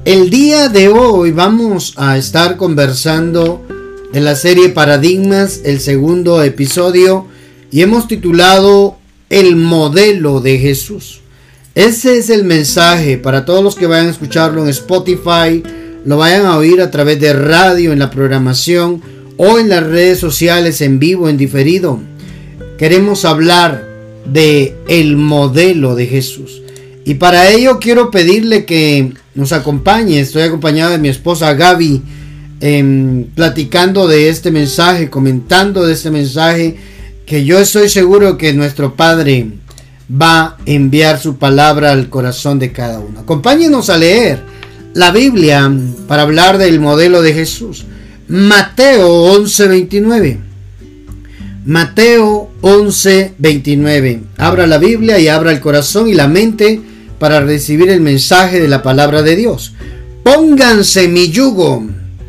El día de hoy vamos a estar conversando de la serie Paradigmas, el segundo episodio, y hemos titulado El modelo de Jesús. Ese es el mensaje para todos los que vayan a escucharlo en Spotify, lo vayan a oír a través de radio, en la programación o en las redes sociales en vivo, en diferido. Queremos hablar de el modelo de Jesús. Y para ello quiero pedirle que nos acompañe. Estoy acompañado de mi esposa Gaby, platicando de este mensaje, comentando de este mensaje, que yo estoy seguro que nuestro Padre va a enviar su palabra al corazón de cada uno. Acompáñenos a leer la Biblia para hablar del modelo de Jesús. Mateo 11:29. Mateo 11:29. Abra la Biblia y abra el corazón y la mente para recibir el mensaje de la palabra de Dios. Pónganse mi yugo,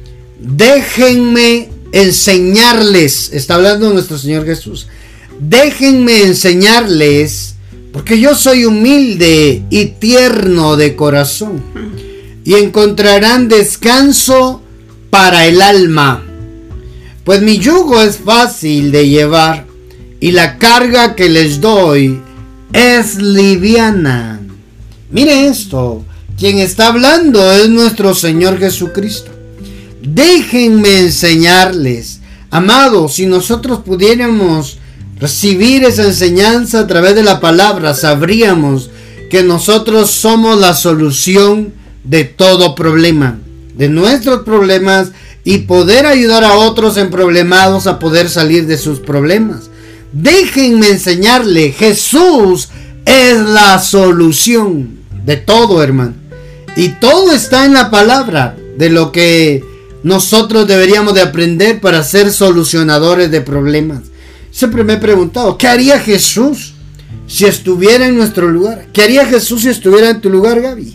déjenme enseñarles. Está hablando nuestro Señor Jesús. Déjenme enseñarles, porque yo soy humilde y tierno de corazón, y encontrarán descanso para el alma. Pues mi yugo es fácil de llevar, y la carga que les doy es liviana. Mire esto, quien está hablando es nuestro Señor Jesucristo. Déjenme enseñarles. Amados, si nosotros pudiéramos recibir esa enseñanza a través de la palabra, sabríamos que nosotros somos la solución de todo problema, de nuestros problemas, y poder ayudar a otros emproblemados a poder salir de sus problemas. Déjenme enseñarle. Jesús es la solución de todo, hermano. Y todo está en la palabra, de lo que nosotros deberíamos de aprender para ser solucionadores de problemas. Siempre me he preguntado, ¿qué haría Jesús si estuviera en nuestro lugar? ¿Qué haría Jesús si estuviera en tu lugar, Gaby?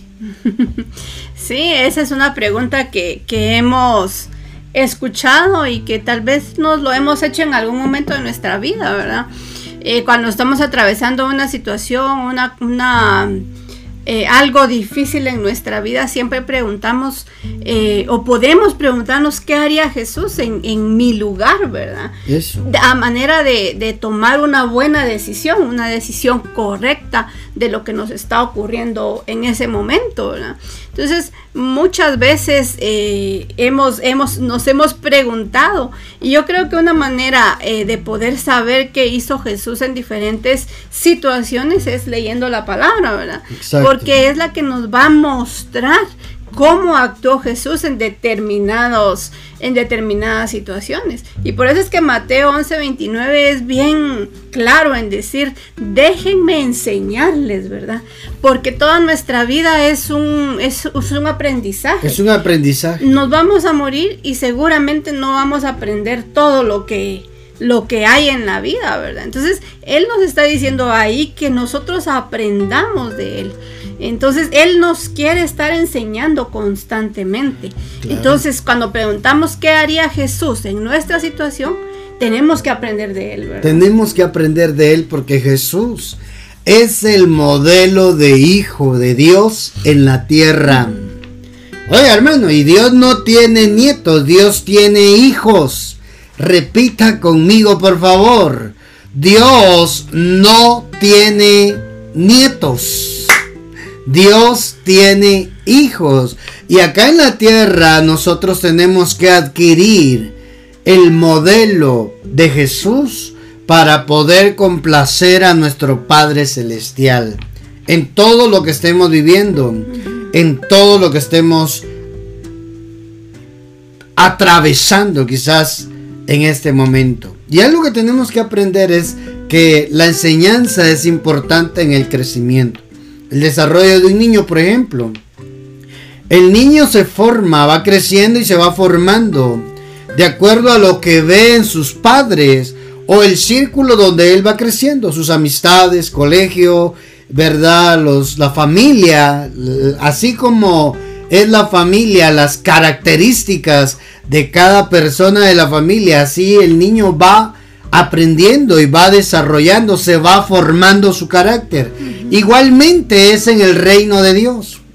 Sí, esa es una pregunta que hemos escuchado y que tal vez nos lo hemos hecho en algún momento de nuestra vida, ¿verdad? Cuando estamos atravesando una situación, algo difícil en nuestra vida, siempre preguntamos o podemos preguntarnos qué haría Jesús en mi lugar, ¿verdad? Eso. A manera de tomar una buena decisión, una decisión correcta de lo que nos está ocurriendo en ese momento, ¿verdad? Entonces, muchas veces nos hemos preguntado, y yo creo que una manera de poder saber qué hizo Jesús en diferentes situaciones es leyendo la palabra, ¿verdad? Exacto. Porque es la que nos va a mostrar cómo actuó Jesús en determinadas situaciones. Y por eso es que Mateo 11:29 es bien claro en decir, déjenme enseñarles, ¿verdad? Porque toda nuestra vida es un aprendizaje. Es un aprendizaje. Nos vamos a morir y seguramente no vamos a aprender todo lo que hay en la vida, ¿verdad? Entonces, Él nos está diciendo ahí que nosotros aprendamos de Él. Entonces, Él nos quiere estar enseñando constantemente. Claro. Entonces, cuando preguntamos qué haría Jesús en nuestra situación, tenemos que aprender de Él, ¿verdad? Tenemos que aprender de Él porque Jesús es el modelo de Hijo de Dios en la tierra. Oiga, hermano, y Dios no tiene nietos, Dios tiene hijos. Repita conmigo, por favor. Dios no tiene nietos. Dios tiene hijos. Y acá en la tierra nosotros tenemos que adquirir el modelo de Jesús para poder complacer a nuestro Padre Celestial. En todo lo que estemos viviendo, en todo lo que estemos atravesando quizás en este momento. Y algo que tenemos que aprender es que la enseñanza es importante en el crecimiento. El desarrollo de un niño, por ejemplo. El niño se forma, va creciendo y se va formando de acuerdo a lo que ve en sus padres o el círculo donde él va creciendo, sus amistades, colegio, ¿verdad? La familia, así como es la familia, las características de cada persona de la familia, así el niño va aprendiendo y va desarrollando, se va formando su carácter. Igualmente es en el reino de Dios.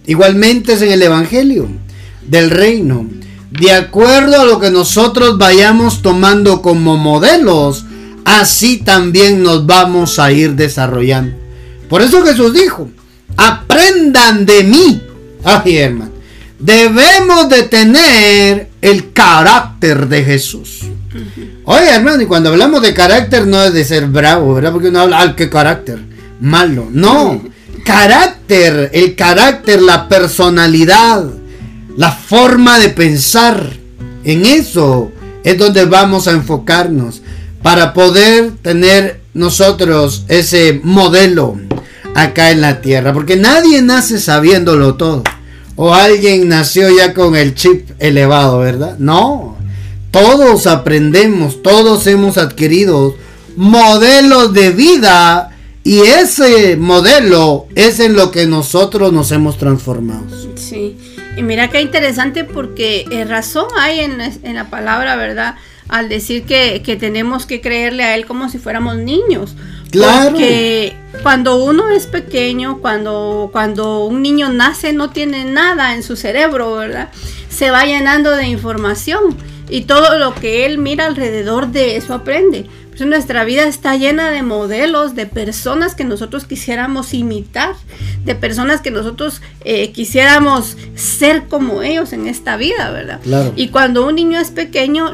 Igualmente es en el Evangelio del Reino. De acuerdo a lo que nosotros vayamos tomando como modelos, así también nos vamos a ir desarrollando. Por eso Jesús dijo: aprendan de mí. Ay, hermano, debemos de tener el carácter de Jesús. Oye, hermano, y cuando hablamos de carácter no es de ser bravo, ¿verdad? Porque uno habla, qué carácter malo. No, carácter, el carácter, la personalidad, la forma de pensar. En eso es donde vamos a enfocarnos para poder tener nosotros ese modelo acá en la tierra. Porque nadie nace sabiéndolo todo. O alguien nació ya con el chip elevado, ¿verdad? No, todos aprendemos, todos hemos adquirido modelos de vida. Y ese modelo es en lo que nosotros nos hemos transformado. Sí, y mira qué interesante, porque razón hay en la palabra, ¿verdad? Al decir que tenemos que creerle a Él como si fuéramos niños. Claro. Porque cuando uno es pequeño, cuando un niño nace, no tiene nada en su cerebro, ¿verdad? Se va llenando de información y todo lo que él mira alrededor de eso aprende. Nuestra vida está llena de modelos, de personas que nosotros quisiéramos imitar, de personas que nosotros quisiéramos ser como ellos en esta vida, ¿verdad? Claro. Y cuando un niño es pequeño,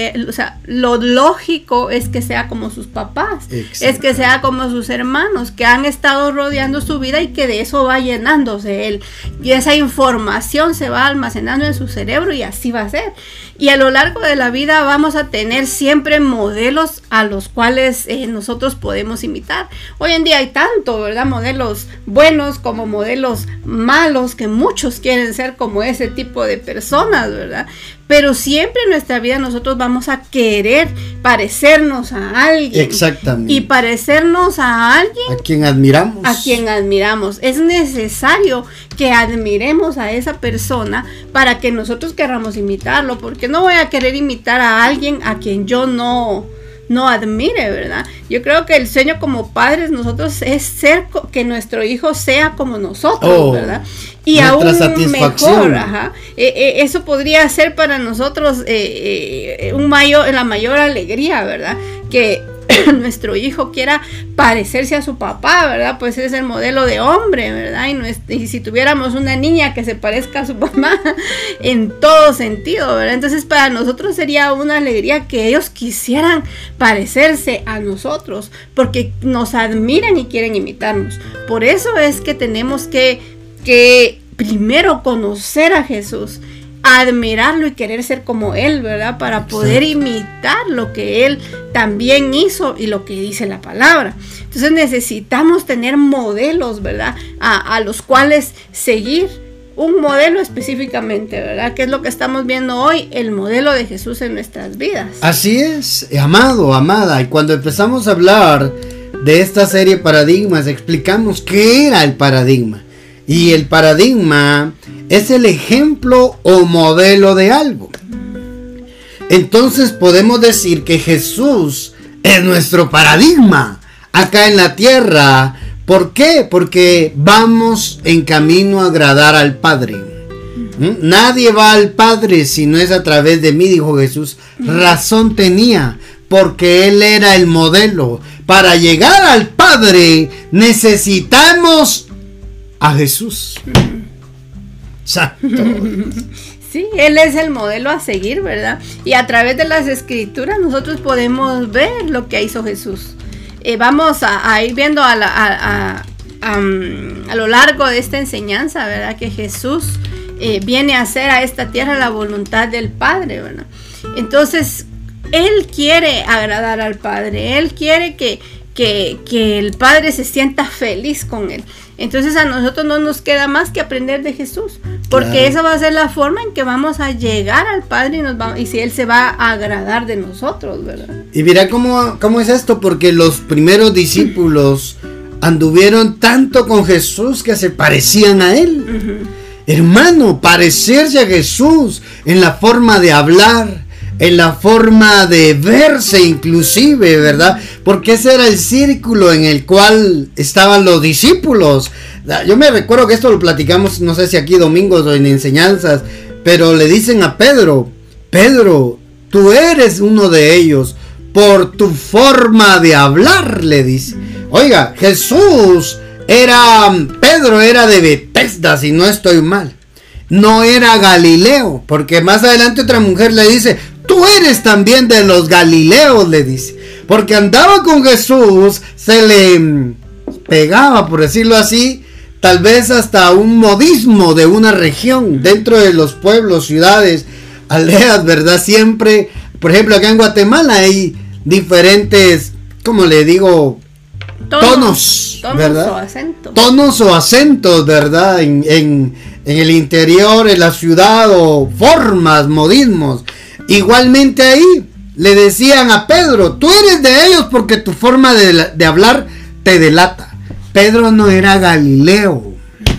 lo lógico es que sea como sus papás. Exacto. Es que sea como sus hermanos, que han estado rodeando su vida y que de eso va llenándose él. Y esa información se va almacenando en su cerebro y así va a ser. Y a lo largo de la vida vamos a tener siempre modelos a los cuales nosotros podemos imitar. Hoy en día hay tanto, ¿verdad? Modelos buenos como modelos malos, que muchos quieren ser como ese tipo de personas, ¿verdad? Pero siempre en nuestra vida nosotros vamos a querer parecernos a alguien. Exactamente. Y parecernos a alguien a quien admiramos. A quien admiramos. Es necesario que admiremos a esa persona para que nosotros queramos imitarlo. Porque no voy a querer imitar a alguien a quien yo no admire, ¿verdad? Yo creo que el sueño como padres nosotros es ser que nuestro hijo sea como nosotros, ¿verdad? Y aún mejor, ajá. Eso podría ser para nosotros la mayor alegría, ¿verdad? Que nuestro hijo quiera parecerse a su papá, ¿verdad? Pues es el modelo de hombre, ¿verdad? Y si tuviéramos una niña que se parezca a su mamá en todo sentido, ¿verdad? Entonces para nosotros sería una alegría que ellos quisieran parecerse a nosotros, porque nos admiran y quieren imitarnos. Por eso es que tenemos que primero conocer a Jesús, admirarlo y querer ser como Él, ¿verdad? Para poder imitar lo que Él también hizo y lo que dice la palabra. Entonces necesitamos tener modelos, ¿verdad? A los cuales seguir, un modelo específicamente, ¿verdad? Que es lo que estamos viendo hoy, el modelo de Jesús en nuestras vidas. Así es, amado, amada. Y cuando empezamos a hablar de esta serie Paradigmas, explicamos qué era el paradigma. Y el paradigma es el ejemplo o modelo de algo. Entonces podemos decir que Jesús es nuestro paradigma acá en la tierra. ¿Por qué? Porque vamos en camino a agradar al Padre. Nadie va al Padre si no es a través de mí, dijo Jesús. Razón tenía, porque Él era el modelo. Para llegar al Padre necesitamos a Jesús. Exacto. Sí, Él es el modelo a seguir, ¿verdad? Y a través de las escrituras nosotros podemos ver lo que hizo Jesús. Vamos a ir viendo a lo largo de esta enseñanza, ¿verdad? Que Jesús viene a hacer a esta tierra la voluntad del Padre, ¿verdad? Entonces, Él quiere agradar al Padre. Él quiere que el Padre se sienta feliz con Él. Entonces a nosotros no nos queda más que aprender de Jesús, porque esa va a ser la forma en que vamos a llegar al Padre y si Él se va a agradar de nosotros, ¿verdad? Y mira cómo es esto, porque los primeros discípulos anduvieron tanto con Jesús que se parecían a Él. Hermano, parecerse a Jesús en la forma de hablar, en la forma de verse inclusive, ¿verdad? Porque ese era el círculo en el cual estaban los discípulos. Yo me recuerdo que esto lo platicamos, no sé si aquí domingos o en enseñanzas, pero le dicen a Pedro, Pedro, tú eres uno de ellos por tu forma de hablar, le dice. Oiga, Pedro era de Betesda, si no estoy mal. No era Galileo, porque más adelante otra mujer le dice, tú eres también de los Galileos, le dice. Porque andaba con Jesús, se le pegaba, por decirlo así, tal vez hasta un modismo de una región, dentro de los pueblos, ciudades, aldeas, ¿verdad? Siempre, por ejemplo, acá en Guatemala hay diferentes, como le digo, tonos, ¿verdad? O acentos. Tonos o acentos, ¿verdad? En el interior, en la ciudad, o formas, modismos. Igualmente ahí le decían a Pedro, tú eres de ellos porque tu forma de hablar te delata. Pedro no era Galileo.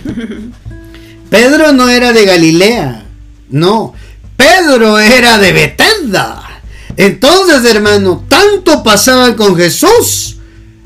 Pedro no era de Galilea. No, Pedro era de Betesda. Entonces, hermano, tanto pasaban con Jesús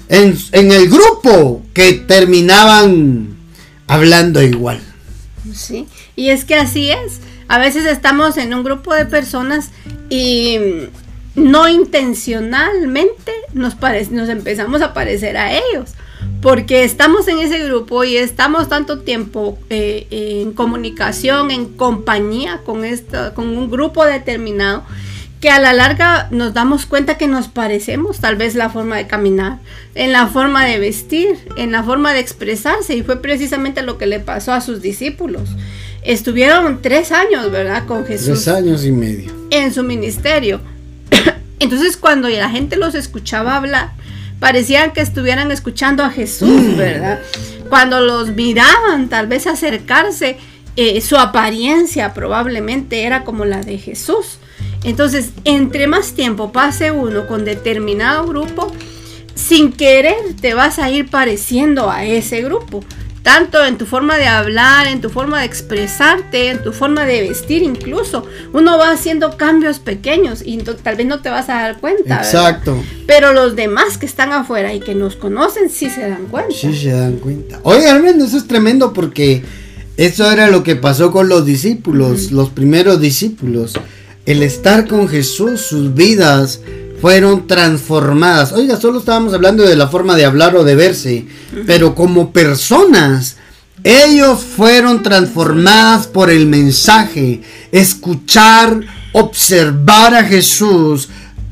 en el grupo que terminaban hablando igual. Sí, y es que así es. A veces estamos en un grupo de personas y no intencionalmente nos empezamos a parecer a ellos, porque estamos en ese grupo y estamos tanto tiempo en comunicación, en compañía con un grupo determinado, que a la larga nos damos cuenta que nos parecemos, tal vez la forma de caminar, en la forma de vestir, en la forma de expresarse, y fue precisamente lo que le pasó a sus discípulos. Estuvieron 3 años, ¿verdad?, con Jesús. 3 años y medio. En su ministerio. Entonces, cuando la gente los escuchaba hablar, parecían que estuvieran escuchando a Jesús, ¿verdad? Cuando los miraban, tal vez acercarse, su apariencia probablemente era como la de Jesús. Entonces, entre más tiempo pase uno con determinado grupo, sin querer te vas a ir pareciendo a ese grupo, tanto en tu forma de hablar, en tu forma de expresarte, en tu forma de vestir incluso. Uno va haciendo cambios pequeños y tal vez no te vas a dar cuenta. Exacto. ¿Verdad? Pero los demás que están afuera y que nos conocen sí se dan cuenta. Sí se dan cuenta. Oye, hermano, eso es tremendo, porque eso era lo que pasó con los discípulos, los primeros discípulos. El estar con Jesús, sus vidas fueron transformadas. Oiga, solo estábamos hablando de la forma de hablar o de verse, pero como personas, ellos fueron transformadas por el mensaje. Escuchar, observar a Jesús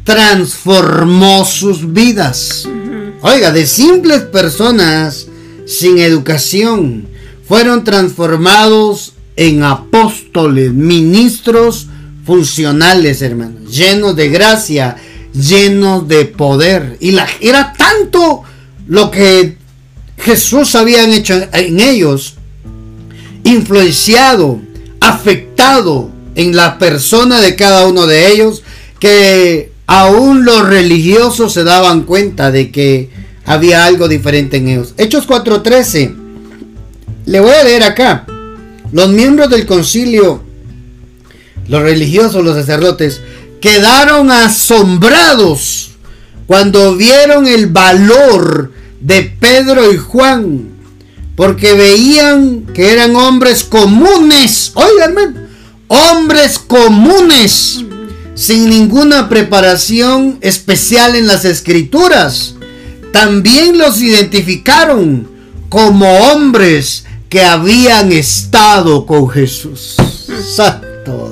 transformó sus vidas. Oiga, de simples personas sin educación, fueron transformados en apóstoles, ministros funcionales, hermanos, llenos de gracia, llenos de poder. Y era tanto lo que Jesús había hecho en ellos, influenciado, afectado en la persona de cada uno de ellos, que aún los religiosos se daban cuenta de que había algo diferente en ellos. Hechos 4:13. Le voy a leer acá. Los miembros del concilio, los religiosos, los sacerdotes, quedaron asombrados cuando vieron el valor de Pedro y Juan, porque veían que eran hombres comunes. Oigan, hermano, hombres comunes, sin ninguna preparación especial en las escrituras. También los identificaron como hombres que habían estado con Jesús. Santo.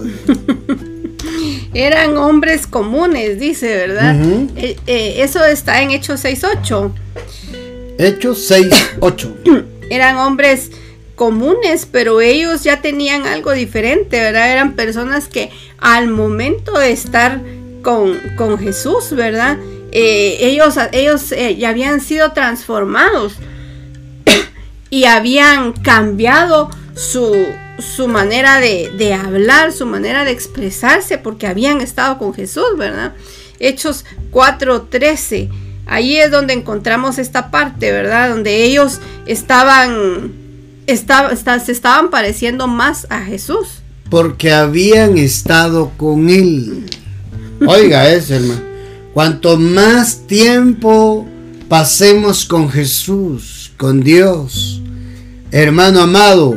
Eran hombres comunes, dice, ¿verdad? Eso está en Hechos 6:8. Hechos 6:8. Eran hombres comunes, pero ellos ya tenían algo diferente, ¿verdad? Eran personas que al momento de estar con Jesús, ¿verdad? Ellos ya habían sido transformados y habían cambiado su manera de hablar, su manera de expresarse, porque habían estado con Jesús, ¿verdad? Hechos 4:13, ahí es donde encontramos esta parte, ¿verdad? Donde ellos se estaban pareciendo más a Jesús. Porque habían estado con Él. Oiga eso, hermano. Cuanto más tiempo pasemos con Jesús, con Dios, hermano amado,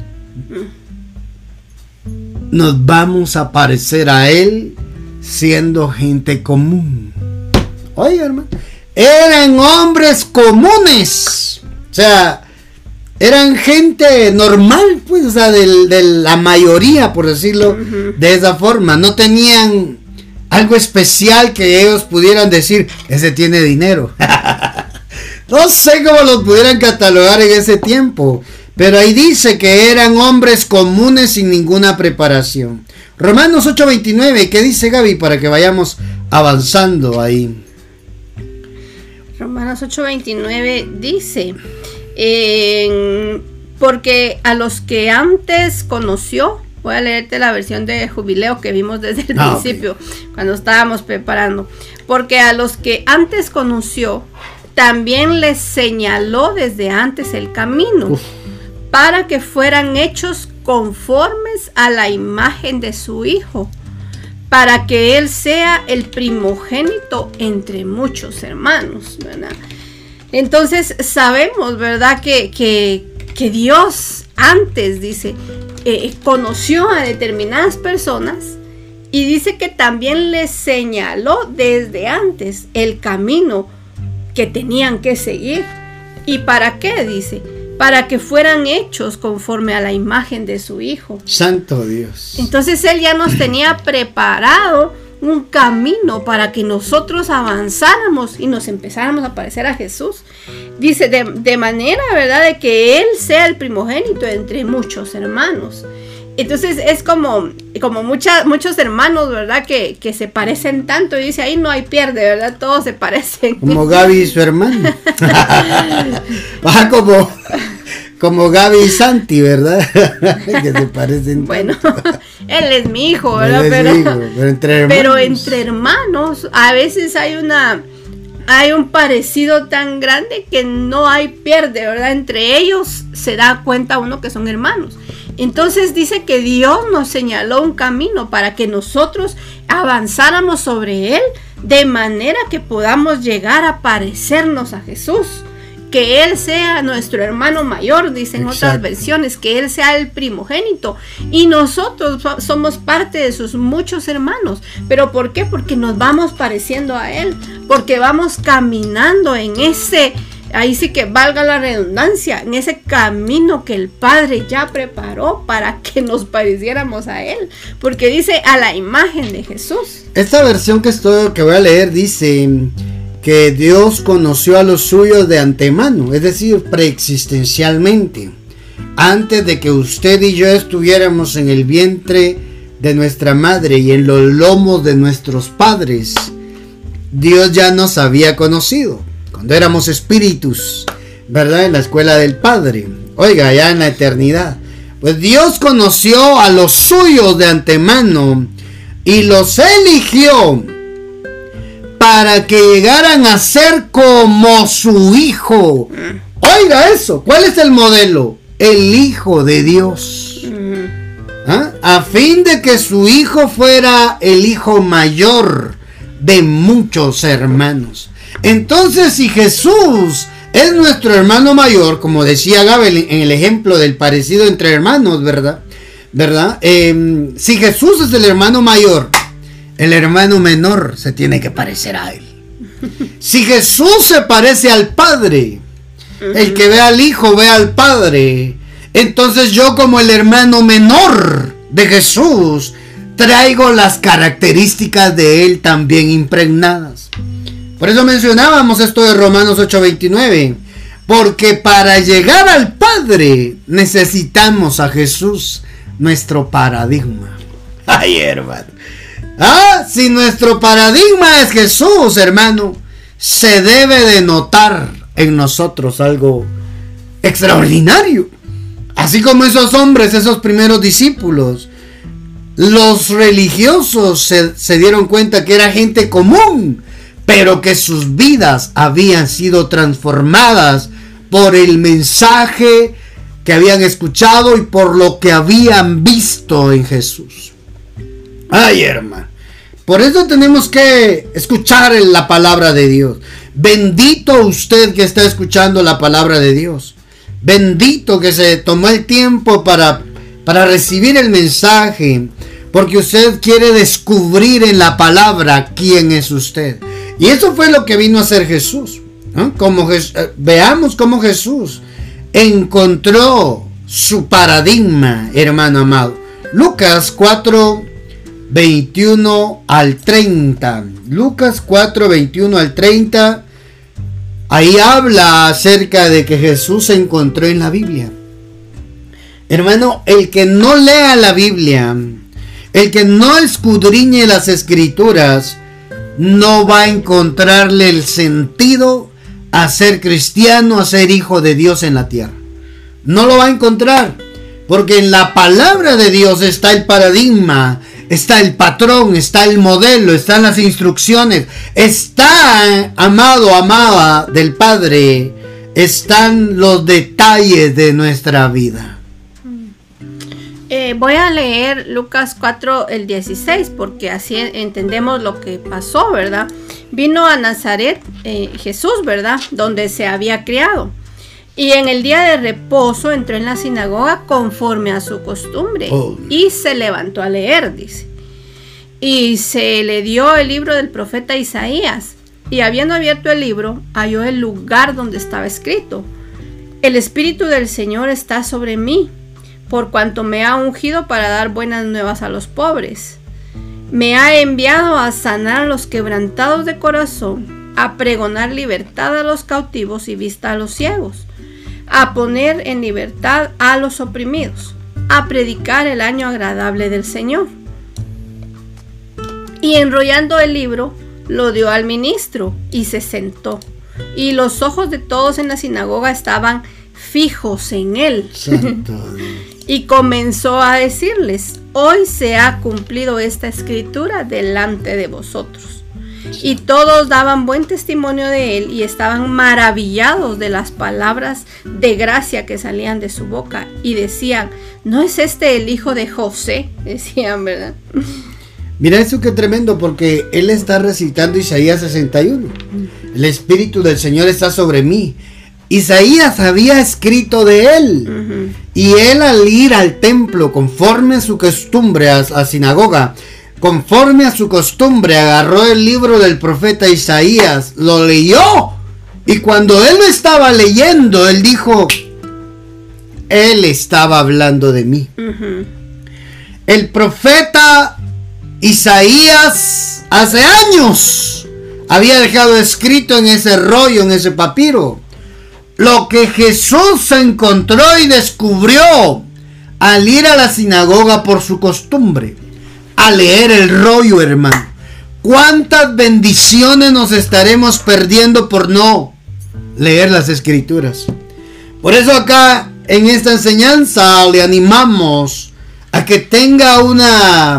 nos vamos a parecer a Él siendo gente común. Oiga, hermano, eran hombres comunes, o sea, eran gente normal, pues, o sea, de la mayoría, por decirlo de esa forma. No tenían algo especial que ellos pudieran decir, ese tiene dinero. No sé cómo los pudieran catalogar en ese tiempo, pero ahí dice que eran hombres comunes sin ninguna preparación. Romanos 8:29, ¿qué dice Gaby? Para que vayamos avanzando ahí. Romanos 8:29 dice, porque a los que antes conoció, voy a leerte la versión de Jubileo que vimos desde el principio, cuando estábamos preparando, porque a los que antes conoció, también les señaló desde antes el camino, para que fueran hechos conformes a la imagen de su Hijo, para que Él sea el primogénito entre muchos hermanos, ¿verdad? Entonces sabemos, ¿verdad? Que Dios antes, dice, conoció a determinadas personas y dice que también les señaló desde antes el camino que tenían que seguir. ¿Y para qué? Dice, para que fueran hechos conforme a la imagen de su Hijo. Santo Dios. Entonces Él ya nos tenía preparado un camino para que nosotros avanzáramos y nos empezáramos a parecer a Jesús. Dice, de manera, ¿verdad?, de que Él sea el primogénito entre muchos hermanos. Entonces es como muchos hermanos, ¿verdad?, que se parecen tanto, y dice, ahí no hay pierde, ¿verdad? Todos se parecen. Como Gaby y su hermano. Como Gaby y Santi, ¿verdad? Que se parecen. Bueno, él es mi hijo, ¿verdad? Pero entre hermanos a veces hay un parecido tan grande que no hay pierde, ¿verdad? Entre ellos se da cuenta uno que son hermanos. Entonces dice que Dios nos señaló un camino para que nosotros avanzáramos sobre él, de manera que podamos llegar a parecernos a Jesús. Que Él sea nuestro hermano mayor, dicen otras versiones, que Él sea el primogénito. Y nosotros somos parte de sus muchos hermanos. ¿Pero por qué? Porque nos vamos pareciendo a Él. Porque vamos caminando en ese, ahí sí que valga la redundancia, en ese camino que el Padre ya preparó para que nos pareciéramos a Él. Porque dice, a la imagen de Jesús. Esta versión que voy a leer dice que Dios conoció a los suyos de antemano, es decir, preexistencialmente, antes de que usted y yo estuviéramos en el vientre de nuestra madre y en los lomos de nuestros padres. Dios ya nos había conocido cuando éramos espíritus, ¿verdad? En la escuela del Padre. Oiga, ya en la eternidad. Pues Dios conoció a los suyos de antemano y los eligió para que llegaran a ser como su Hijo. Oiga eso, ¿cuál es el modelo? El Hijo de Dios. ¿Ah? A fin de que su Hijo fuera el hijo mayor de muchos hermanos. Entonces, si Jesús es nuestro hermano mayor, como decía Gabel en el ejemplo del parecido entre hermanos, ¿verdad? Si Jesús es el hermano mayor, el hermano menor se tiene que parecer a él. Si Jesús se parece al Padre, el que ve al Hijo ve al Padre. Entonces yo, como el hermano menor de Jesús, traigo las características de él también impregnadas. Por eso mencionábamos esto de Romanos 8:29. Porque para llegar al Padre necesitamos a Jesús, nuestro paradigma. Ay, hermano. Si nuestro paradigma es Jesús, hermano, se debe de notar en nosotros algo extraordinario. Así como esos hombres, esos primeros discípulos, los religiosos se dieron cuenta que era gente común, pero que sus vidas habían sido transformadas por el mensaje que habían escuchado y por lo que habían visto en Jesús. Ay, hermano. Por eso tenemos que escuchar la palabra de Dios. Bendito usted que está escuchando la palabra de Dios. Bendito que se tomó el tiempo para recibir el mensaje, porque usted quiere descubrir en la palabra quién es usted. Y eso fue lo que vino a hacer Jesús. Veamos cómo Jesús encontró su paradigma, hermano amado. Lucas 4, 21 al 30. Lucas 4, 21 al 30. Ahí habla acerca de que Jesús se encontró en la Biblia. Hermano, el que no lea la Biblia, el que no escudriñe las Escrituras, no va a encontrarle el sentido a ser cristiano, a ser hijo de Dios en la tierra. No lo va a encontrar, porque en la palabra de Dios está el paradigma, está el patrón, está el modelo, están las instrucciones, está, amado, amada del Padre, están los detalles de nuestra vida. Voy a leer Lucas 4, el 16, porque así entendemos lo que pasó, ¿verdad? Vino a Nazaret Jesús, ¿verdad? Donde se había criado. Y en el día de reposo entró en la sinagoga conforme a su costumbre. Y se levantó a leer, dice. Y se le dio el libro del profeta Isaías. Y habiendo abierto el libro, halló el lugar donde estaba escrito: El Espíritu del Señor está sobre mí, por cuanto me ha ungido para dar buenas nuevas a los pobres. Me ha enviado a sanar a los quebrantados de corazón, a pregonar libertad a los cautivos y vista a los ciegos, a poner en libertad a los oprimidos, a predicar el año agradable del Señor. Y enrollando el libro, lo dio al ministro y se sentó. Y los ojos de todos en la sinagoga estaban fijos en él. Y comenzó a decirles: hoy se ha cumplido esta escritura delante de vosotros. Y todos daban buen testimonio de él y estaban maravillados de las palabras de gracia que salían de su boca. Y decían: ¿no es este el hijo de José? Decían, ¿verdad? Mira eso que tremendo, porque él está recitando Isaías 61. El Espíritu del Señor está sobre mí. Isaías había escrito de él. Y él, al ir al templo conforme a su costumbre, a la sinagoga, conforme a su costumbre, agarró el libro del profeta Isaías, lo leyó. Y cuando él lo estaba leyendo, él dijo: él estaba hablando de mí. El profeta Isaías hace años había dejado escrito en ese rollo, en ese papiro, lo que Jesús encontró y descubrió al ir a la sinagoga por su costumbre, a leer el rollo, hermano. ¿Cuántas bendiciones nos estaremos perdiendo por no leer las Escrituras? Por eso acá en esta enseñanza le animamos a que tenga una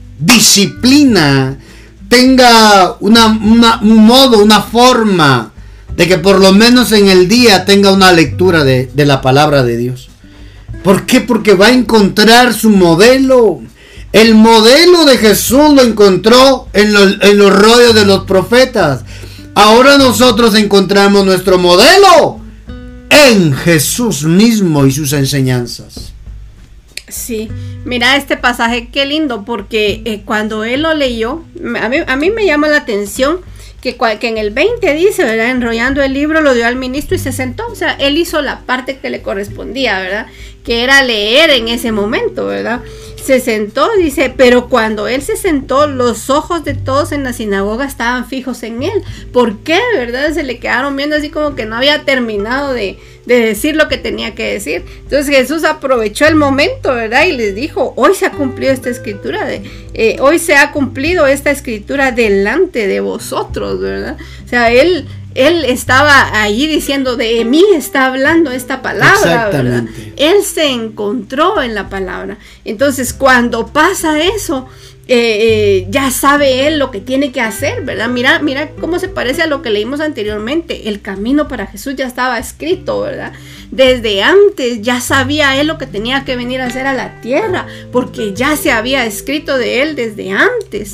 disciplina, tenga un modo, una forma de que por lo menos en el día tenga una lectura de la palabra de Dios. ¿Por qué? Porque va a encontrar su modelo. El modelo de Jesús lo encontró en los rollos de los profetas. Ahora nosotros encontramos nuestro modelo en Jesús mismo y sus enseñanzas. Sí, mira este pasaje, qué lindo, porque cuando él lo leyó, a mí me llama la atención que en el 20 dice, ¿verdad? Enrollando el libro, lo dio al ministro y se sentó. O sea, él hizo la parte que le correspondía, ¿verdad? Que era leer en ese momento, ¿verdad? Se sentó, dice, pero cuando él se sentó, los ojos de todos en la sinagoga estaban fijos en él. ¿Por qué? ¿Verdad? Se le quedaron viendo así como que no había terminado de decir lo que tenía que decir. Entonces Jesús aprovechó el momento, ¿verdad? Y les dijo: hoy se ha cumplido esta escritura, hoy se ha cumplido esta escritura delante de vosotros, ¿verdad? O sea, él estaba ahí diciendo: de mí está hablando esta palabra, ¿verdad? Él se encontró en la palabra. Entonces, cuando pasa eso, ya sabe él lo que tiene que hacer, ¿verdad? Mira cómo se parece a lo que leímos anteriormente. El camino para Jesús ya estaba escrito, ¿verdad? Desde antes ya sabía él lo que tenía que venir a hacer a la tierra, porque ya se había escrito de él desde antes.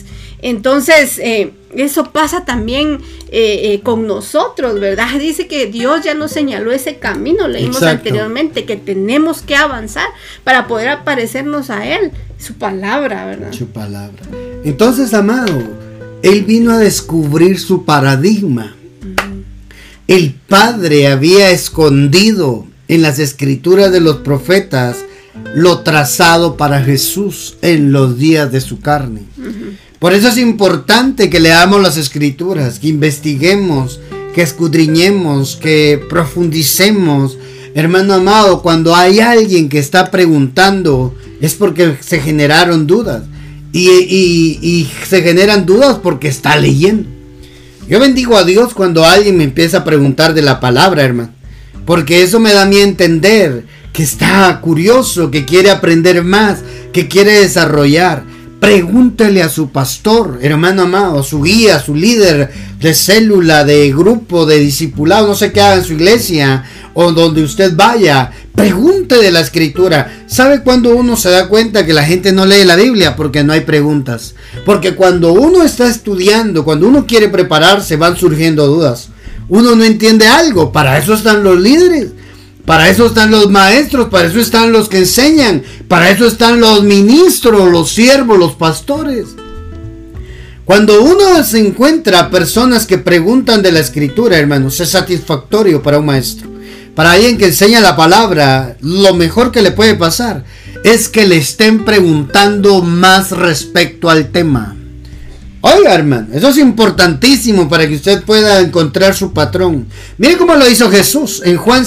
Entonces, eso pasa también con nosotros, ¿verdad? Dice que Dios ya nos señaló ese camino, leímos anteriormente, que tenemos que avanzar para poder parecernos a Él, su palabra, ¿verdad? Su palabra. Entonces, amado, Él vino a descubrir su paradigma. El Padre había escondido en las escrituras de los profetas lo trazado para Jesús en los días de su carne. Por eso es importante que leamos las escrituras, que investiguemos, que escudriñemos, que profundicemos. Hermano amado, cuando hay alguien que está preguntando, es porque se generaron dudas. Y se generan dudas porque está leyendo. Yo bendigo a Dios cuando alguien me empieza a preguntar de la palabra, hermano, porque eso me da a mí a entender que está curioso, que quiere aprender más, que quiere desarrollar. Pregúntele a su pastor, hermano amado, a su guía, a su líder de célula, de grupo, de discipulado, no sé qué haga en su iglesia o donde usted vaya. Pregunte de la escritura. ¿Sabe cuándo uno se da cuenta que la gente no lee la Biblia? Porque no hay preguntas. Porque cuando uno está estudiando, cuando uno quiere prepararse, van surgiendo dudas. Uno no entiende algo. Para eso están los líderes. Para eso están los maestros, para eso están los que enseñan, para eso están los ministros, los siervos, los pastores. Cuando uno se encuentra personas que preguntan de la escritura, hermanos, es satisfactorio para un maestro. Para alguien que enseña la palabra, lo mejor que le puede pasar es que le estén preguntando más respecto al tema. Oiga, hermano, eso es importantísimo para que usted pueda encontrar su patrón. Mire cómo lo hizo Jesús en Juan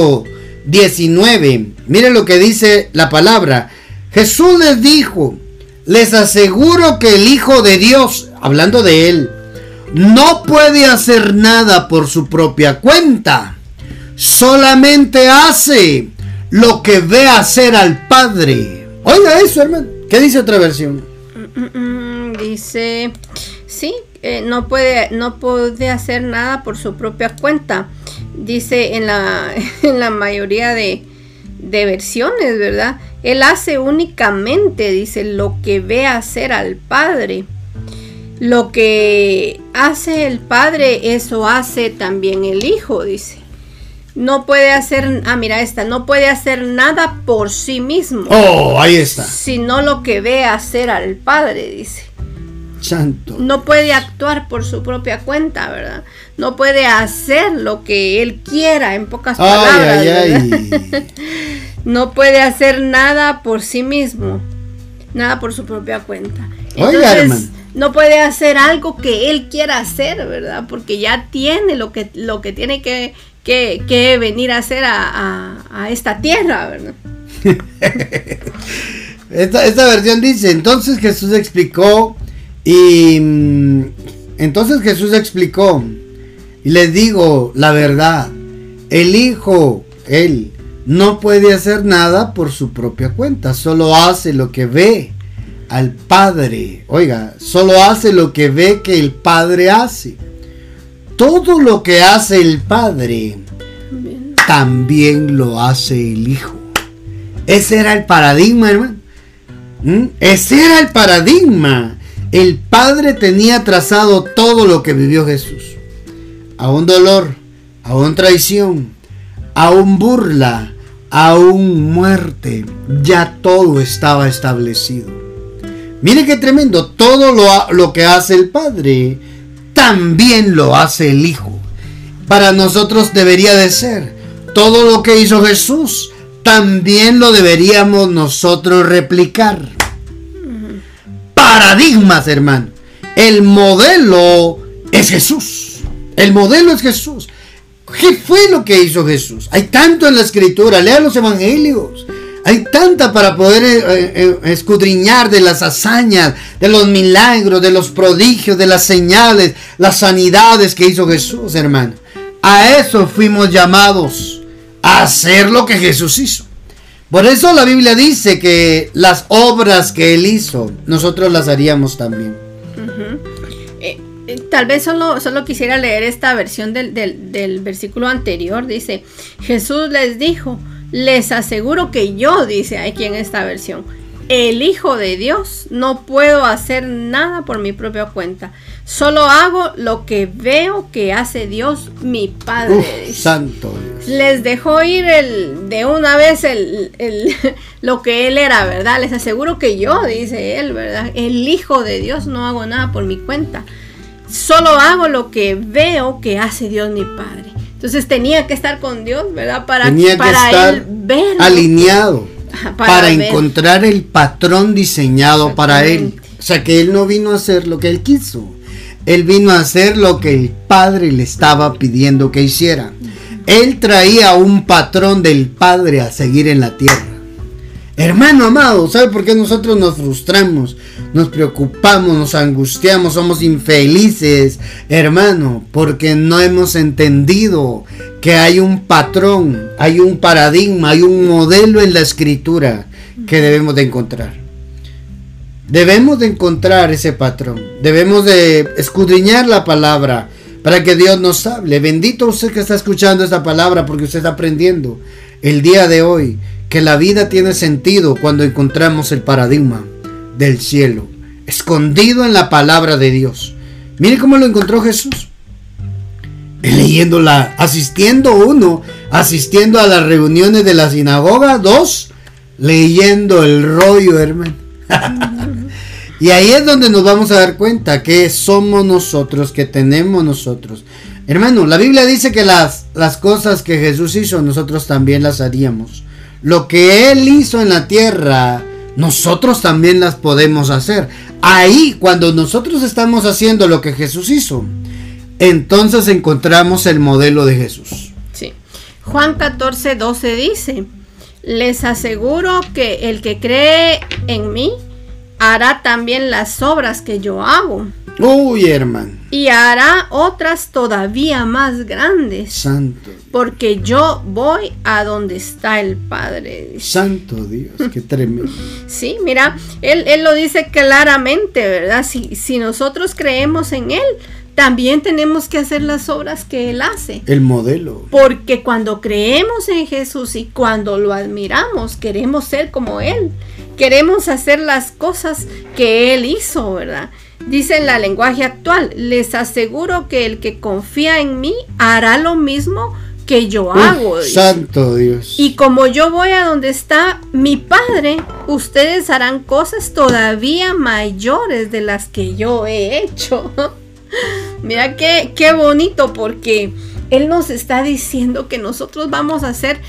5:19. Mire lo que dice la palabra. Jesús les dijo: les aseguro que el Hijo de Dios, hablando de Él, no puede hacer nada por su propia cuenta. Solamente hace lo que ve hacer al Padre. Oiga eso, hermano. ¿Qué dice otra versión? Dice, sí, no puede hacer nada por su propia cuenta. Dice en la mayoría de versiones, ¿verdad? Él hace únicamente, dice, lo que ve hacer al Padre. Lo que hace el Padre, eso hace también el Hijo, dice. No puede hacer, no puede hacer nada por sí mismo. Oh, ahí está. Sino lo que ve hacer al Padre, dice. Santo. No puede actuar por su propia cuenta, ¿verdad? No puede hacer lo que él quiera, en pocas palabras. No puede hacer nada por sí mismo, nada por su propia cuenta. Entonces, oiga, hermano, no puede hacer algo que él quiera hacer, ¿verdad? Porque ya tiene lo que tiene que venir a hacer a esta tierra, ¿verdad? Esta versión dice: entonces Jesús explicó y les digo la verdad, el Hijo, Él no puede hacer nada por su propia cuenta, solo hace lo que ve al Padre. Oiga, solo hace lo que ve que el Padre hace. Todo lo que hace el Padre también lo hace el Hijo. Ese era el paradigma, hermano. Ese era el paradigma. El Padre tenía trazado todo lo que vivió Jesús. Aún dolor, aún traición, aún burla, aún muerte. Ya todo estaba establecido. Mire qué tremendo. Todo lo que hace el Padre también lo hace el Hijo. Para nosotros debería de ser. Todo lo que hizo Jesús también lo deberíamos nosotros replicar. Paradigmas, hermano. El modelo es Jesús. El modelo es Jesús. ¿Qué fue lo que hizo Jesús? Hay tanto en la escritura. Lea los evangelios. Hay tanta para poder escudriñar de las hazañas, de los milagros, de los prodigios, de las señales, las sanidades que hizo Jesús, hermano. A eso fuimos llamados, a hacer lo que Jesús hizo. Por eso la Biblia dice que las obras que Él hizo, nosotros las haríamos también. Tal vez solo quisiera leer esta versión del versículo anterior. Dice: Jesús les dijo: les aseguro que yo, dice aquí en esta versión, el Hijo de Dios, no puedo hacer nada por mi propia cuenta. Solo hago lo que veo que hace Dios, mi Padre. Santo Dios. Les dejó ir de una vez lo que Él era, ¿verdad? Les aseguro que yo, dice Él, ¿verdad? El Hijo de Dios, no hago nada por mi cuenta. Solo hago lo que veo que hace Dios, mi Padre. Entonces tenía que estar con Dios, ¿verdad? Para estar Él verlo. Alineado. Para encontrar el patrón diseñado para Él. O sea, que Él no vino a hacer lo que Él quiso. Él vino a hacer lo que el Padre le estaba pidiendo que hiciera. Él traía un patrón del Padre a seguir en la tierra. Hermano amado, ¿sabe por qué nosotros nos frustramos, nos preocupamos, nos angustiamos, somos infelices? Hermano, porque no hemos entendido que hay un patrón, hay un paradigma, hay un modelo en la Escritura que debemos de encontrar. Debemos de encontrar ese patrón, debemos de escudriñar la palabra para que Dios nos hable. Bendito usted que está escuchando esta palabra, porque usted está aprendiendo el día de hoy que la vida tiene sentido cuando encontramos el paradigma del cielo, escondido en la palabra de Dios. Mire cómo lo encontró Jesús. Leyéndola, asistiendo a las reuniones de la sinagoga, 2, leyendo el rollo, hermano. Y ahí es donde nos vamos a dar cuenta que somos nosotros, que tenemos nosotros. Hermano, la Biblia dice que las cosas que Jesús hizo, nosotros también las haríamos. Lo que Él hizo en la tierra, nosotros también las podemos hacer. Ahí, cuando nosotros estamos haciendo lo que Jesús hizo, entonces encontramos el modelo de Jesús. Sí. Juan 14:12 dice: les aseguro que el que cree en mí hará también las obras que yo hago. Uy, hermano. Y hará otras todavía más grandes. Santo. Porque yo voy a donde está el Padre. Santo Dios, qué tremendo. Sí, mira, él lo dice claramente, ¿verdad? Si nosotros creemos en Él, también tenemos que hacer las obras que Él hace. El modelo. Porque cuando creemos en Jesús y cuando lo admiramos, queremos ser como Él. Queremos hacer las cosas que Él hizo, ¿verdad? Dice en la lenguaje actual: les aseguro que el que confía en mí hará lo mismo que yo hago. Santo Dios. Y como yo voy a donde está mi Padre, ustedes harán cosas todavía mayores de las que yo he hecho. Mira qué bonito, porque Él nos está diciendo que nosotros vamos a hacer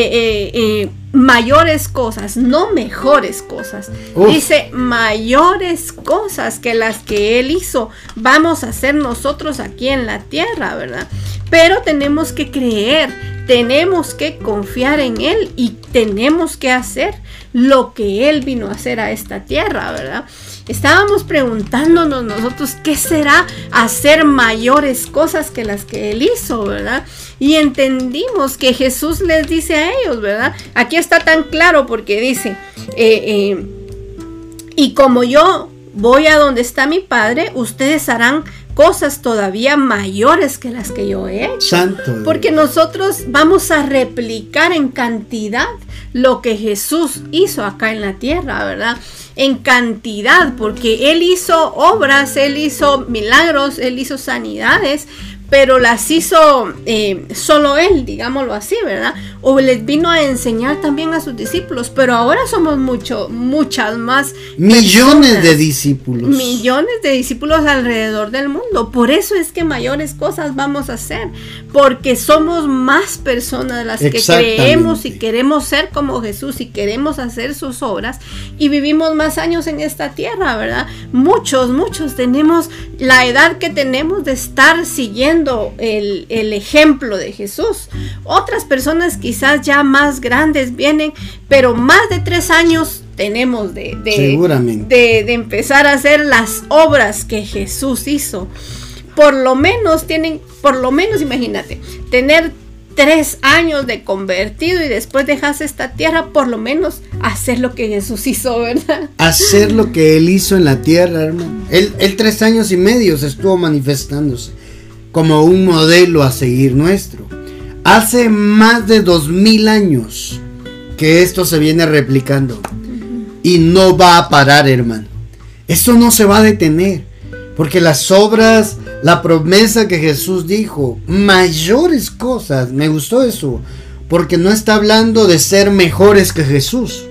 mayores cosas, no mejores cosas. Dice mayores cosas que las que Él hizo, vamos a hacer nosotros aquí en la tierra, ¿verdad? Pero tenemos que creer, tenemos que confiar en Él y tenemos que hacer lo que Él vino a hacer a esta tierra, ¿verdad? Estábamos preguntándonos nosotros qué será hacer mayores cosas que las que Él hizo, ¿verdad? Y entendimos que Jesús les dice a ellos, ¿verdad? Aquí está tan claro porque dice, y como yo voy a donde está mi Padre, ustedes harán cosas todavía mayores que las que yo he hecho. Santo. Porque nosotros vamos a replicar en cantidad lo que Jesús hizo acá en la tierra, ¿verdad? En cantidad, porque Él hizo obras, Él hizo milagros, Él hizo sanidades, pero las hizo solo Él, digámoslo así, ¿verdad? O les vino a enseñar también a sus discípulos, pero ahora somos muchas más millones personas, de discípulos. Millones de discípulos alrededor del mundo. Por eso es que mayores cosas vamos a hacer, porque somos más personas las que creemos y queremos ser como Jesús y queremos hacer sus obras y vivimos más años en esta tierra, ¿verdad? Muchos tenemos la edad que tenemos de estar siguiendo el ejemplo de Jesús. Otras personas quizás ya más grandes vienen, pero más de 3 años tenemos de empezar a hacer las obras que Jesús hizo. Por lo menos imagínate, tener 3 años de convertido y después dejas esta tierra, por lo menos hacer lo que Jesús hizo, ¿verdad? Hacer lo que Él hizo en la tierra, hermano. Él 3 años y medio se estuvo manifestándose como un modelo a seguir nuestro. Hace más de 2000 años que esto se viene replicando. y no va a parar, hermano. Esto no se va a detener, porque las obras, la promesa que Jesús dijo, mayores cosas, me gustó eso, porque no está hablando de ser mejores que Jesús.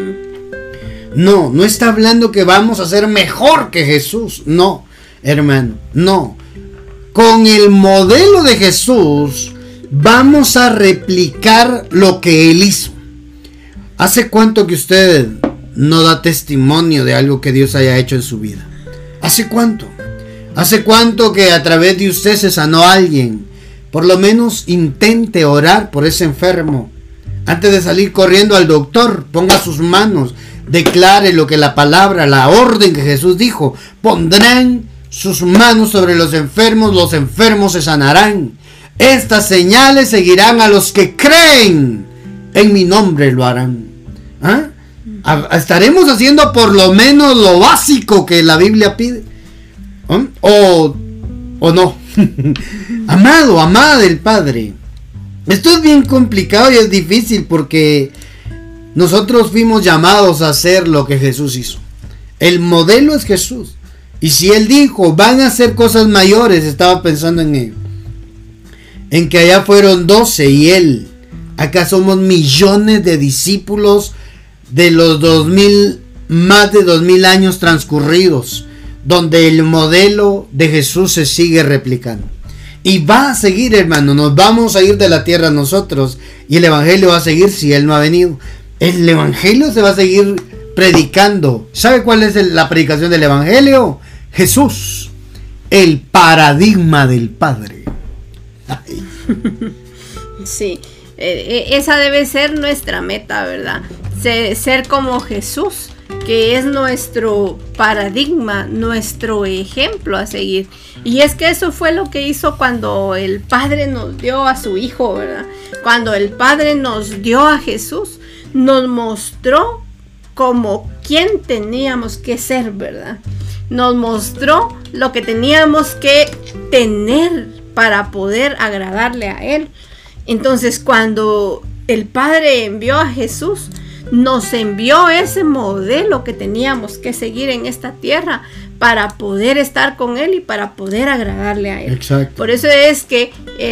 No está hablando que vamos a ser mejor que Jesús. No, hermano, no. Con el modelo de Jesús vamos a replicar lo que Él hizo. ¿Hace cuánto que usted no da testimonio de algo que Dios haya hecho en su vida? ¿Hace cuánto? ¿Hace cuánto que a través de usted se sanó a alguien? Por lo menos intente orar por ese enfermo. Antes de salir corriendo al doctor, ponga sus manos, declare lo que la palabra, la orden que Jesús dijo. Pondrán sus manos sobre los enfermos se sanarán. Estas señales seguirán a los que creen. En mi nombre lo harán. ¿Ah? Estaremos haciendo por lo menos lo básico que la Biblia pide. ¿Ah? O no. Amado, amada del Padre. Esto es bien complicado y es difícil porque nosotros fuimos llamados a hacer lo que Jesús hizo. El modelo es Jesús. Y si Él dijo, van a hacer cosas mayores, estaba pensando en ello. En que allá fueron 12 y Él. Acá somos millones de discípulos de los más de 2000 años transcurridos, donde el modelo de Jesús se sigue replicando. Y va a seguir, hermano. Nos vamos a ir de la tierra nosotros. Y el evangelio va a seguir si Él no ha venido. El evangelio se va a seguir predicando. ¿Sabe cuál es la predicación del evangelio? Jesús, el paradigma del Padre. Ay. Sí, esa debe ser nuestra meta, ¿verdad? Ser como Jesús, que es nuestro paradigma, nuestro ejemplo a seguir. Y es que eso fue lo que hizo cuando el Padre nos dio a su Hijo, ¿verdad? Cuando el Padre nos dio a Jesús, nos mostró como quién teníamos que ser, ¿verdad? Nos mostró lo que teníamos que tener para poder agradarle a Él. Entonces, cuando el Padre envió a Jesús, nos envió ese modelo que teníamos que seguir en esta tierra para poder estar con Él y para poder agradarle a Él. Exacto. Por eso es que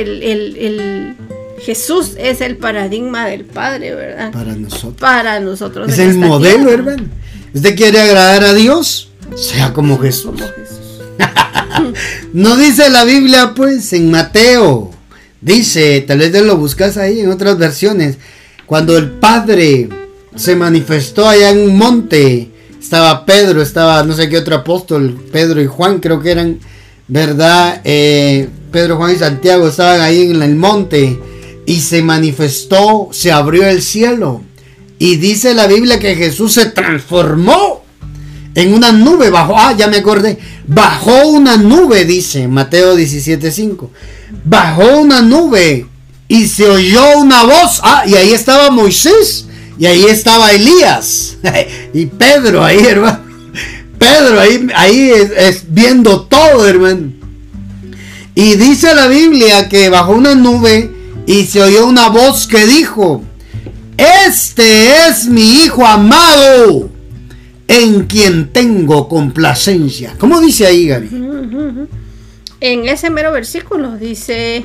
el Jesús es el paradigma del Padre, ¿verdad? Para nosotros. Para nosotros. Es el modelo, hermano. ¿Usted quiere agradar a Dios? Sea como Jesús. Como Jesús. No dice la Biblia, pues, en Mateo. Dice, tal vez lo buscas ahí en otras versiones. Cuando el Padre se manifestó allá en un monte, estaba Pedro, estaba no sé qué otro apóstol, Pedro y Juan creo que eran, ¿verdad? Pedro, Juan y Santiago estaban ahí en el monte y se manifestó, se abrió el cielo y dice la Biblia que Jesús se transformó en una nube, ya me acordé, bajó una nube, dice Mateo 17:5, bajó una nube y se oyó una voz, y ahí estaba Moisés, y ahí estaba Elías, y Pedro ahí, hermano, Pedro ahí es viendo todo, hermano, y dice la Biblia que bajó una nube y se oyó una voz que dijo, este es mi Hijo amado, en quien tengo complacencia. ¿Cómo dice ahí, Gaby? En ese mero versículo dice,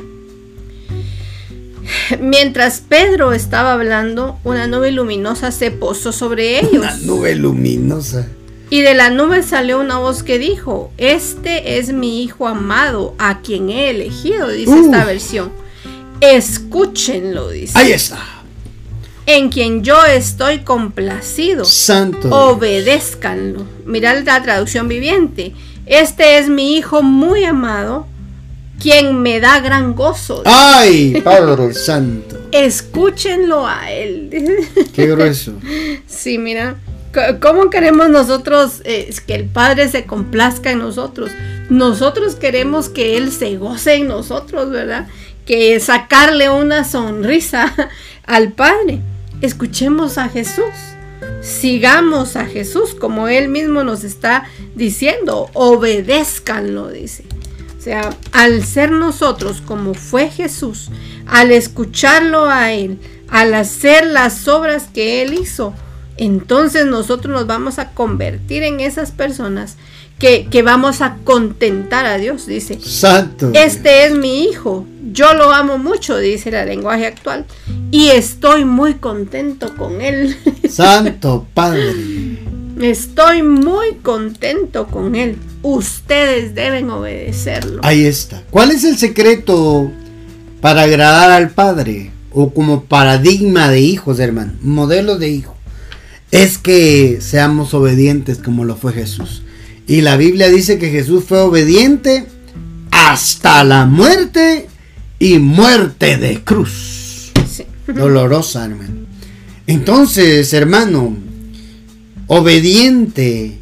mientras Pedro estaba hablando, una nube luminosa se posó sobre ellos. Una nube luminosa. Y de la nube salió una voz que dijo, este es mi Hijo amado, a quien he elegido, dice esta versión. Escúchenlo, dice. Ahí está. En quien yo estoy complacido. Santo. Obedézcanlo. Mirad la traducción viviente. Este es mi Hijo muy amado, quien me da gran gozo. ¡Ay, Padre Santo! Escúchenlo a Él. ¡Qué grueso! Sí, mira, ¿cómo queremos nosotros que el Padre se complazca en nosotros? Nosotros queremos que Él se goce en nosotros, ¿verdad? Que sacarle una sonrisa al Padre. Escuchemos a Jesús. Sigamos a Jesús como Él mismo nos está diciendo. Obedézcanlo, dice. O sea, al ser nosotros como fue Jesús, al escucharlo a Él, al hacer las obras que Él hizo, entonces nosotros nos vamos a convertir en esas personas que vamos a contentar a Dios, dice. Santo. Este es mi hijo, yo lo amo mucho, dice el lenguaje actual, y estoy muy contento con él. Santo Padre. Estoy muy contento con él. Ustedes deben obedecerlo. Ahí está. ¿Cuál es el secreto para agradar al Padre? O como paradigma de hijos, hermano, modelo de hijo. Es que seamos obedientes como lo fue Jesús. Y la Biblia dice que Jesús fue obediente hasta la muerte y muerte de cruz. Sí. Dolorosa, hermano. Entonces, hermano, obediente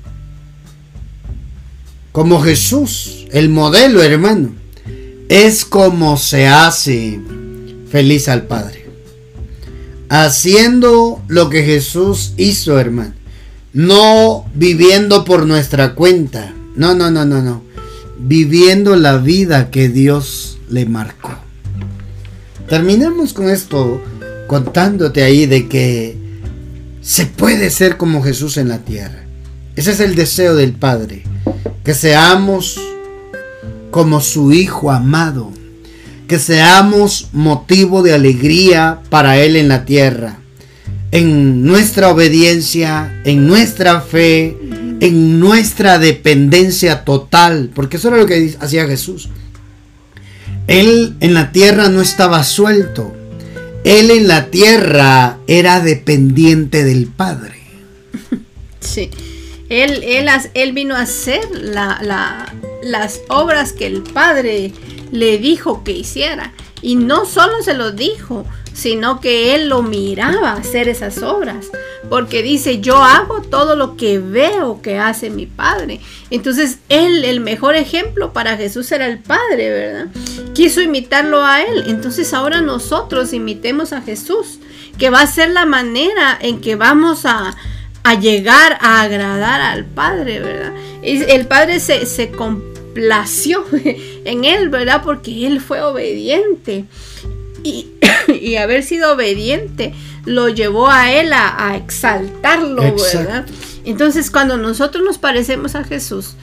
como Jesús, el modelo, hermano, es como se hace feliz al Padre. Haciendo lo que Jesús hizo, hermano. No viviendo por nuestra cuenta. No. Viviendo la vida que Dios le marcó. Terminamos con esto contándote ahí de que se puede ser como Jesús en la tierra. Ese es el deseo del Padre. Que seamos como su Hijo amado. Que seamos motivo de alegría para Él en la tierra. En nuestra obediencia, en nuestra fe, en nuestra dependencia total. Porque eso era lo que hacía Jesús. Él en la tierra no estaba suelto. Él en la tierra era dependiente del Padre. Sí. Él vino a hacer las obras que el Padre le dijo que hiciera. Y no solo se lo dijo, sino que él lo miraba hacer esas obras. Porque dice, yo hago todo lo que veo que hace mi Padre. Entonces el mejor ejemplo para Jesús era el Padre, ¿verdad? Quiso imitarlo a él. Entonces ahora nosotros imitemos a Jesús, que va a ser la manera en que vamos a llegar a agradar al Padre, ¿verdad? El Padre se complació en él, ¿verdad? Porque él fue obediente. Y haber sido obediente lo llevó a él a exaltarlo, Exacto. ¿verdad? Entonces cuando nosotros nos parecemos a Jesús,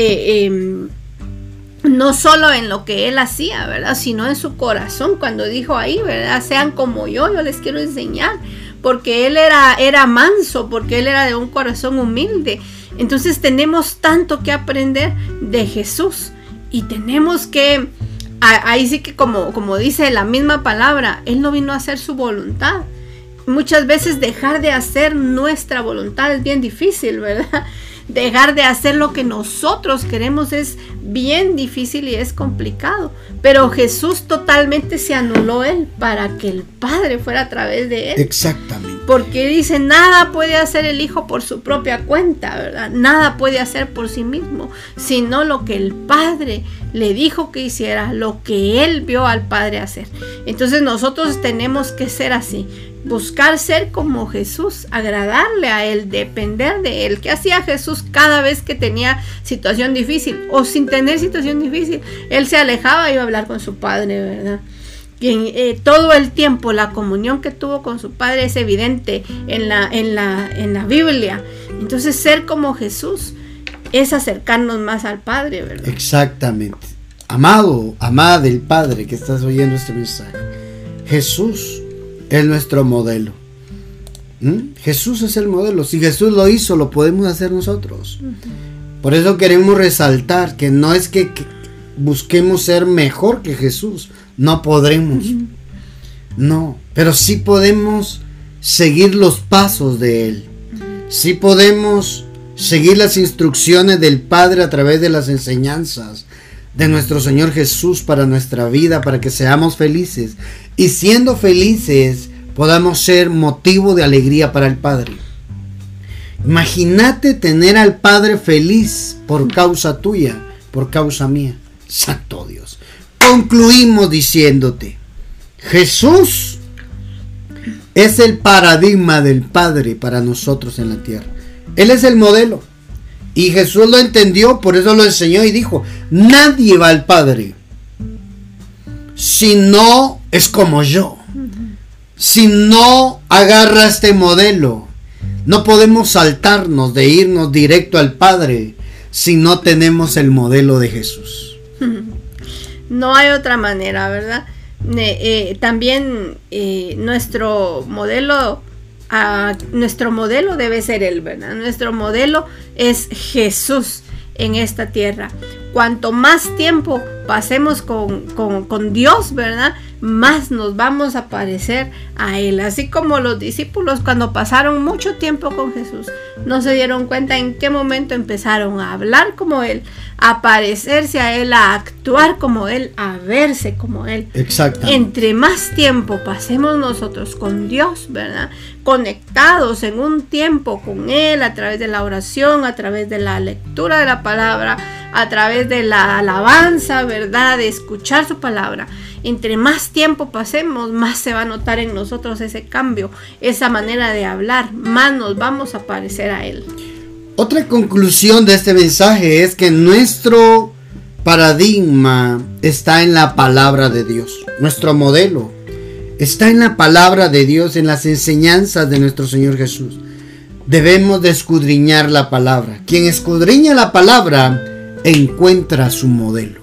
no solo en lo que él hacía, ¿verdad? Sino en su corazón, cuando dijo ahí, ¿verdad? Sean como yo les quiero enseñar. Porque él era manso, porque él era de un corazón humilde. Entonces tenemos tanto que aprender de Jesús. Y tenemos que, ahí sí que como dice la misma palabra, él no vino a hacer su voluntad. Muchas veces dejar de hacer nuestra voluntad es bien difícil, ¿verdad? Dejar de hacer lo que nosotros queremos es bien difícil y es complicado. Pero Jesús totalmente se anuló él para que el Padre fuera a través de él. Exactamente. Porque dice, nada puede hacer el Hijo por su propia cuenta, ¿verdad? Nada puede hacer por sí mismo, sino lo que el Padre le dijo que hiciera, lo que él vio al Padre hacer. Entonces nosotros tenemos que ser así. Buscar ser como Jesús, agradarle a él, depender de él. ¿Qué hacía Jesús cada vez que tenía situación difícil o sin tener situación difícil? Él se alejaba y iba a hablar con su Padre, ¿verdad? Y todo el tiempo la comunión que tuvo con su Padre es evidente en la Biblia. Entonces ser como Jesús es acercarnos más al Padre, ¿verdad? Exactamente. Amado, amada del Padre que estás oyendo este mensaje, Jesús es nuestro modelo. Jesús es el modelo. Si Jesús lo hizo, lo podemos hacer nosotros. Por eso queremos resaltar que no es que busquemos ser mejor que Jesús. No podremos. No, pero sí podemos seguir los pasos de Él. Sí podemos seguir las instrucciones del Padre a través de las enseñanzas de nuestro Señor Jesús para nuestra vida, para que seamos felices. Y siendo felices, podamos ser motivo de alegría para el Padre. Imagínate tener al Padre feliz por causa tuya, por causa mía. Santo Dios. Concluimos diciéndote, Jesús es el paradigma del Padre para nosotros en la tierra. Él es el modelo. Y Jesús lo entendió, por eso lo enseñó y dijo, nadie va al Padre si no es como yo. Si no agarra este modelo, No podemos saltarnos de irnos directo al Padre si no tenemos el modelo de Jesús. No hay otra manera, ¿verdad? También nuestro modelo debe ser Él, ¿verdad? Nuestro modelo es Jesús en esta tierra. Cuanto más tiempo pasemos con Dios, ¿verdad? Más nos vamos a parecer a Él. Así como los discípulos, cuando pasaron mucho tiempo con Jesús, no se dieron cuenta en qué momento empezaron a hablar como Él, a parecerse a Él, a actuar como Él, a verse como Él. Exactamente. Entre más tiempo pasemos nosotros con Dios, ¿verdad? Conectados en un tiempo con Él, a través de la oración, a través de la lectura de la palabra, a través de la alabanza, ¿verdad? De escuchar su palabra. Entre más tiempo pasemos, más se va a notar en nosotros ese cambio, esa manera de hablar, más nos vamos a parecer a Él. Otra conclusión de este mensaje es que nuestro paradigma está en la palabra de Dios. Nuestro modelo está en la palabra de Dios, en las enseñanzas de nuestro Señor Jesús. Debemos de escudriñar la palabra. Quien escudriña la palabra encuentra su modelo.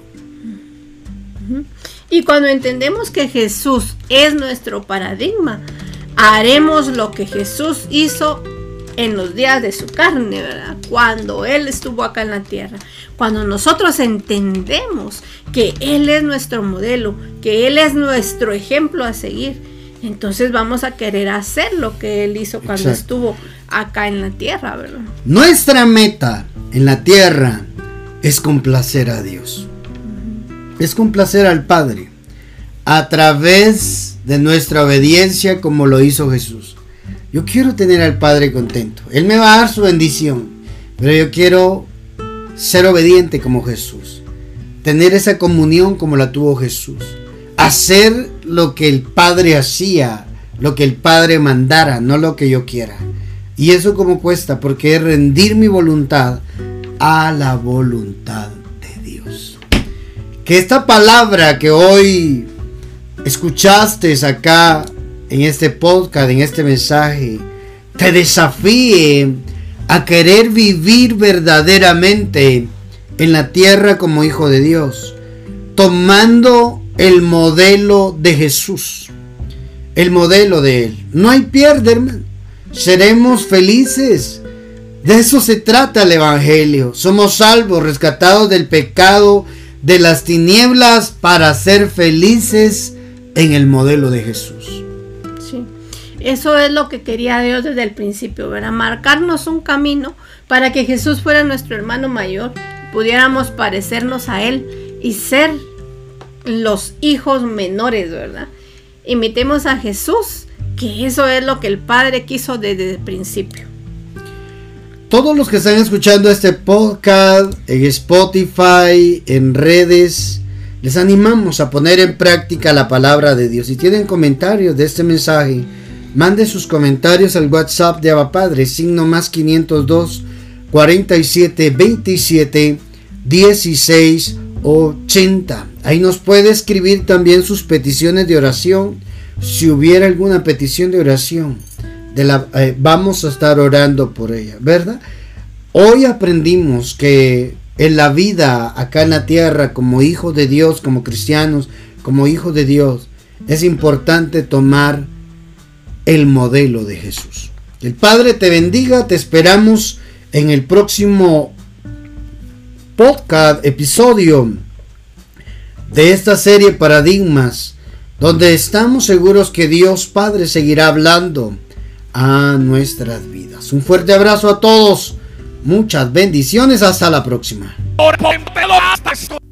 Y cuando entendemos que Jesús es nuestro paradigma, haremos lo que Jesús hizo en los días de su carne, ¿verdad? Cuando Él estuvo acá en la tierra. Cuando nosotros entendemos que Él es nuestro modelo, que Él es nuestro ejemplo a seguir, entonces vamos a querer hacer lo que Él hizo cuando estuvo acá en la tierra, ¿verdad? Nuestra meta en la tierra es complacer a Dios. Es complacer al Padre a través de nuestra obediencia, como lo hizo Jesús. Yo quiero tener al Padre contento. Él me va a dar su bendición, pero yo quiero ser obediente como Jesús, tener esa comunión como la tuvo Jesús, hacer lo que el Padre hacía, lo que el Padre mandara, no lo que yo quiera. Y eso como cuesta, porque es rendir mi voluntad a la voluntad de Dios. Que esta palabra que hoy escuchaste acá en este podcast, en este mensaje, te desafíe a querer vivir verdaderamente en la tierra como hijo de Dios, tomando el modelo de Jesús, el modelo de Él. No hay pierde, hermano. Seremos felices. De eso se trata el Evangelio. Somos salvos, rescatados del pecado, de las tinieblas, para ser felices en el modelo de Jesús. Sí, eso es lo que quería Dios desde el principio, ¿verdad? Marcarnos un camino para que Jesús fuera nuestro hermano mayor, pudiéramos parecernos a Él y ser los hijos menores, ¿verdad? Imitemos a Jesús, que eso es lo que el Padre quiso desde el principio. Todos los que están escuchando este podcast en Spotify, en redes, les animamos a poner en práctica la palabra de Dios. Si tienen comentarios de este mensaje, manden sus comentarios al WhatsApp de Abba Padre, signo más 502 47 27 16 80. Ahí nos puede escribir también sus peticiones de oración. Si hubiera alguna petición de oración, vamos a estar orando por ella, ¿verdad? Hoy aprendimos que en la vida acá en la tierra, como hijos de Dios, como cristianos, como hijos de Dios, es importante tomar el modelo de Jesús. Que el Padre te bendiga. Te esperamos en el próximo podcast, episodio de esta serie Paradigmas, donde estamos seguros que Dios Padre seguirá hablando a nuestras vidas. Un fuerte abrazo a todos. Muchas bendiciones. Hasta la próxima.